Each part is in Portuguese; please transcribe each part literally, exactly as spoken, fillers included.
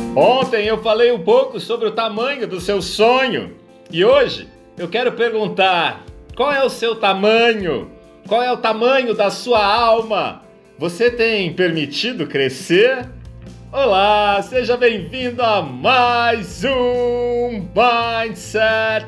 Ontem eu falei um pouco sobre o tamanho do seu sonho e hoje eu quero perguntar: qual é o seu tamanho? Qual é o tamanho da sua alma? Você tem permitido crescer? Olá, seja bem-vindo a mais um Mindset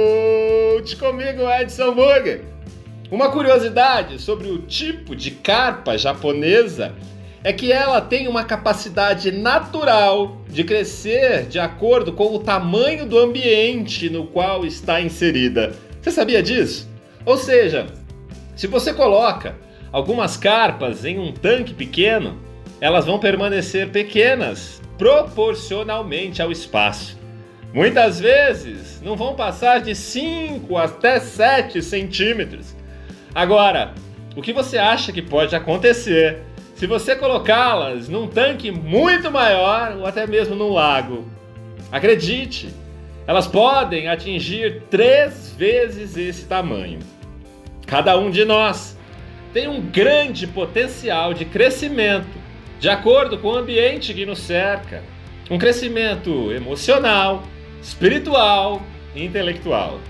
Coach comigo, Edson Burger. Uma curiosidade sobre o tipo de carpa japonesa é que ela tem uma capacidade natural de crescer de acordo com o tamanho do ambiente no qual está inserida. Você sabia disso? Ou seja, se você coloca algumas carpas em um tanque pequeno, elas vão permanecer pequenas proporcionalmente ao espaço. Muitas vezes não vão passar de cinco até sete centímetros. Agora, o que você acha que pode acontecer se você colocá-las num tanque muito maior ou até mesmo num lago? Acredite, elas podem atingir três vezes esse tamanho. Cada um de nós tem um grande potencial de crescimento de acordo com o ambiente que nos cerca. Um crescimento emocional, espiritual e intelectual.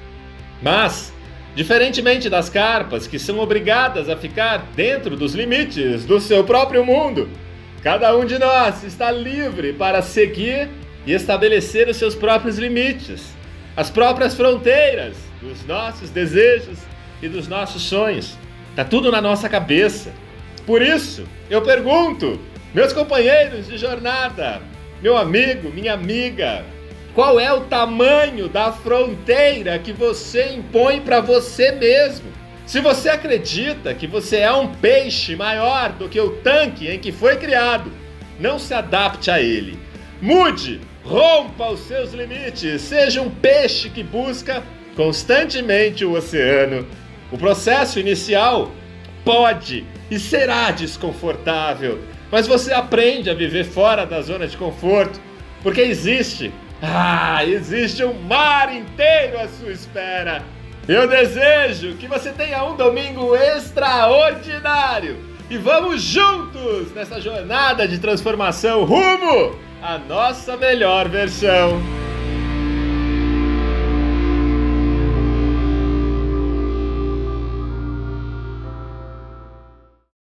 Mas, diferentemente das carpas, que são obrigadas a ficar dentro dos limites do seu próprio mundo, cada um de nós está livre para seguir e estabelecer os seus próprios limites, as próprias fronteiras dos nossos desejos e dos nossos sonhos. Está tudo na nossa cabeça. Por isso, eu pergunto, meus companheiros de jornada, meu amigo, minha amiga, qual é o tamanho da fronteira que você impõe para você mesmo? Se você acredita que você é um peixe maior do que o tanque em que foi criado, não se adapte a ele. Mude, rompa os seus limites, seja um peixe que busca constantemente o oceano. O processo inicial pode e será desconfortável, mas você aprende a viver fora da zona de conforto, porque existe Ah, existe um mar inteiro à sua espera. Eu desejo que você tenha um domingo extraordinário e vamos juntos nessa jornada de transformação rumo à nossa melhor versão.